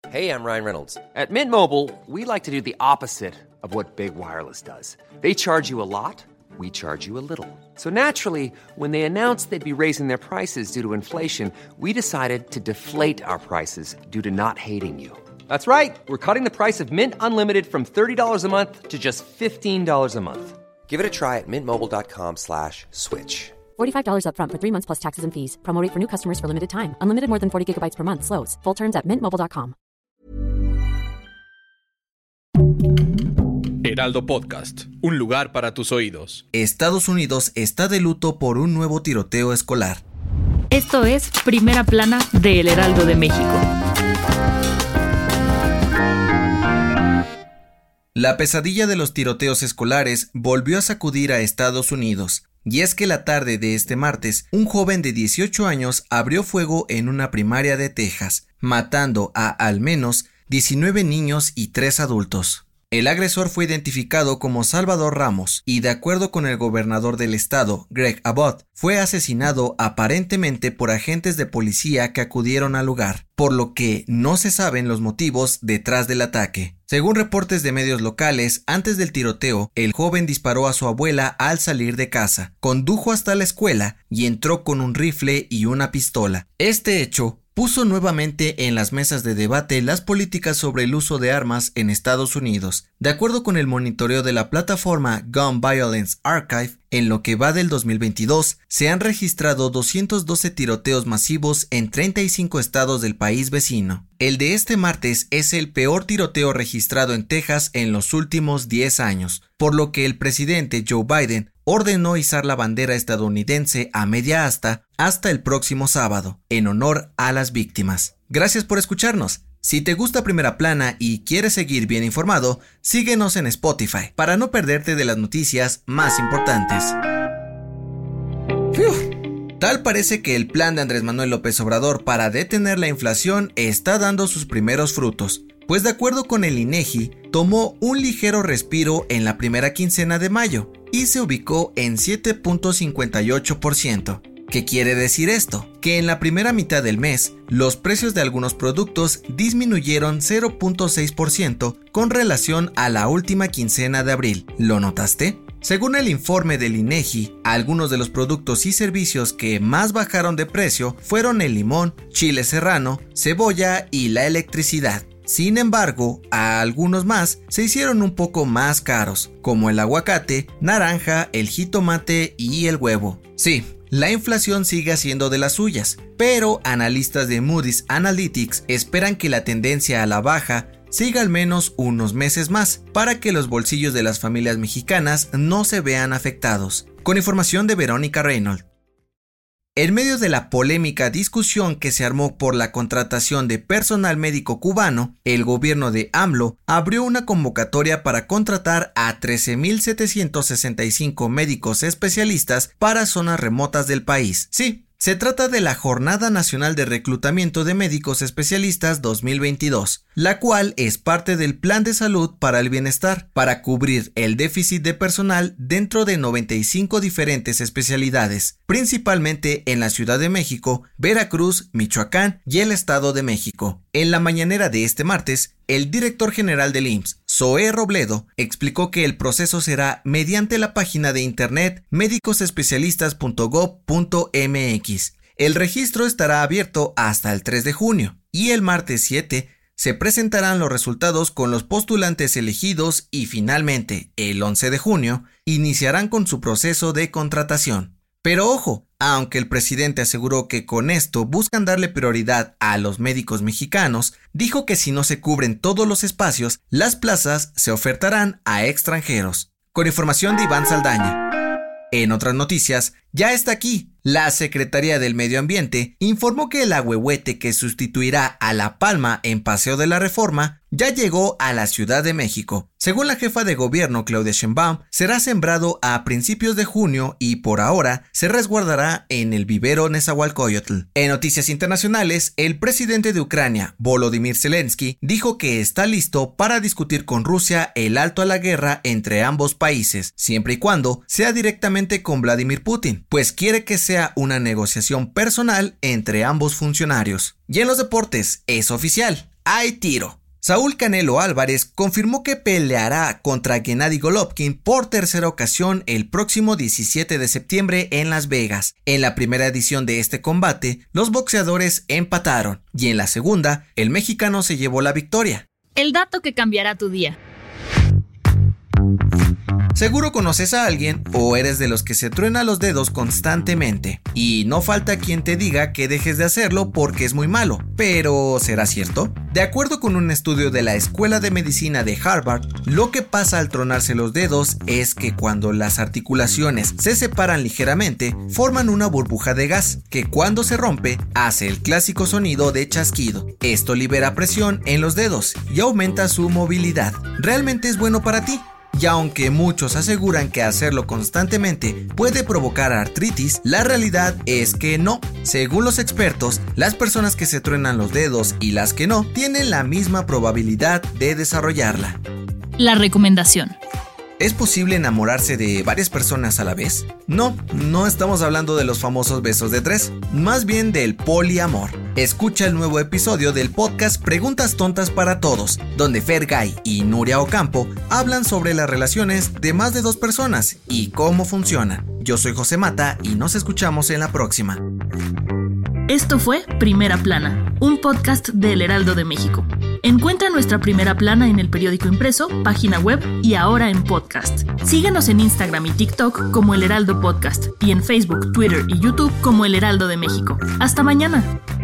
Hey, I'm Ryan Reynolds. At Mint Mobile, we like to do the opposite of what Big Wireless does. They charge you a lot, we charge you a little. So naturally, when they announced they'd be raising their prices due to inflation, we decided to deflate our prices due to not hating you. That's right. We're cutting the price of Mint Unlimited from $30 a month to just $15 a month. Give it a try at mintmobile.com/switch. $45 up front for 3 months plus taxes and fees. Promo rate for new customers for limited time. Unlimited more than 40 gigabytes per month. Slows full terms at mintmobile.com. Heraldo Podcast, un lugar para tus oídos. Estados Unidos está de luto por un nuevo tiroteo escolar. Esto es Primera Plana de El Heraldo de México. La pesadilla de los tiroteos escolares volvió a sacudir a Estados Unidos. Y es que la tarde de este martes, un joven de 18 años abrió fuego en una primaria de Texas, matando a al menos 19 niños y 3 adultos. El agresor fue identificado como Salvador Ramos y, de acuerdo con el gobernador del estado, Greg Abbott, fue asesinado aparentemente por agentes de policía que acudieron al lugar, por lo que no se saben los motivos detrás del ataque. Según reportes de medios locales, antes del tiroteo, el joven disparó a su abuela al salir de casa, condujo hasta la escuela y entró con un rifle y una pistola. Este hecho puso nuevamente en las mesas de debate las políticas sobre el uso de armas en Estados Unidos. De acuerdo con el monitoreo de la plataforma Gun Violence Archive, en lo que va del 2022, se han registrado 212 tiroteos masivos en 35 estados del país vecino. El de este martes es el peor tiroteo registrado en Texas en los últimos 10 años, por lo que el presidente Joe Biden ordenó izar la bandera estadounidense a media asta hasta el próximo sábado, en honor a las víctimas. Gracias por escucharnos. Si te gusta Primera Plana y quieres seguir bien informado, síguenos en Spotify para no perderte de las noticias más importantes. Tal parece que el plan de Andrés Manuel López Obrador para detener la inflación está dando sus primeros frutos, pues de acuerdo con el INEGI, tomó un ligero respiro en la primera quincena de mayo y se ubicó en 7.58%. ¿Qué quiere decir esto? Que en la primera mitad del mes, los precios de algunos productos disminuyeron 0.6% con relación a la última quincena de abril. ¿Lo notaste? Según el informe del INEGI, algunos de los productos y servicios que más bajaron de precio fueron el limón, chile serrano, cebolla y la electricidad. Sin embargo, a algunos más se hicieron un poco más caros, como el aguacate, naranja, el jitomate y el huevo. Sí, la inflación sigue haciendo de las suyas, pero analistas de Moody's Analytics esperan que la tendencia a la baja siga al menos unos meses más para que los bolsillos de las familias mexicanas no se vean afectados. Con información de Verónica Reynolds. En medio de la polémica discusión que se armó por la contratación de personal médico cubano, el gobierno de AMLO abrió una convocatoria para contratar a 13,765 médicos especialistas para zonas remotas del país. Sí, se trata de la Jornada Nacional de Reclutamiento de Médicos Especialistas 2022, la cual es parte del Plan de Salud para el Bienestar, para cubrir el déficit de personal dentro de 95 diferentes especialidades, principalmente en la Ciudad de México, Veracruz, Michoacán y el Estado de México. En la mañanera de este martes, el director general del IMSS, Zoé Robledo, explicó que el proceso será mediante la página de internet medicosespecialistas.gov.mx. El registro estará abierto hasta el 3 de junio y el martes 7 se presentarán los resultados con los postulantes elegidos y finalmente, el 11 de junio, iniciarán con su proceso de contratación. Pero ojo, aunque el presidente aseguró que con esto buscan darle prioridad a los médicos mexicanos, dijo que si no se cubren todos los espacios, las plazas se ofertarán a extranjeros. Con información de Iván Saldaña. En otras noticias, ya está aquí. La Secretaría del Medio Ambiente informó que el ahuehuete que sustituirá a la palma en Paseo de la Reforma ya llegó a la Ciudad de México. Según la jefa de gobierno Claudia Sheinbaum, será sembrado a principios de junio y por ahora se resguardará en el vivero Nezahualcóyotl. En noticias internacionales, el presidente de Ucrania, Volodymyr Zelensky, dijo que está listo para discutir con Rusia el alto a la guerra entre ambos países, siempre y cuando sea directamente con Vladimir Putin, pues quiere que sea una negociación personal entre ambos funcionarios. Y en los deportes, es oficial. hay tiro. Saúl Canelo Álvarez confirmó que peleará contra Gennady Golovkin por tercera ocasión el próximo 17 de septiembre en Las Vegas. En la primera edición de este combate, los boxeadores empataron y en la segunda, el mexicano se llevó la victoria. El dato que cambiará tu día. Seguro conoces a alguien o eres de los que se truena los dedos constantemente y no falta quien te diga que dejes de hacerlo porque es muy malo, pero ¿será cierto? De acuerdo con un estudio de la Escuela de Medicina de Harvard, lo que pasa al tronarse los dedos es que cuando las articulaciones se separan ligeramente, forman una burbuja de gas que cuando se rompe hace el clásico sonido de chasquido. Esto libera presión en los dedos y aumenta su movilidad. ¿Realmente es bueno para ti? Y aunque muchos aseguran que hacerlo constantemente puede provocar artritis, la realidad es que no. Según los expertos, las personas que se truenan los dedos y las que no tienen la misma probabilidad de desarrollarla. La recomendación. ¿Es posible enamorarse de varias personas a la vez? No estamos hablando de los famosos besos de 3, más bien del poliamor. Escucha el nuevo episodio del podcast Preguntas Tontas para Todos, donde Fergay y Nuria Ocampo hablan sobre las relaciones de más de 2 personas y cómo funcionan. Yo soy José Mata y nos escuchamos en la próxima. Esto fue Primera Plana, un podcast de El Heraldo de México. Encuentra nuestra Primera Plana en el periódico impreso, página web y ahora en podcast. Síguenos en Instagram y TikTok como El Heraldo Podcast y en Facebook, Twitter y YouTube como El Heraldo de México. ¡Hasta mañana!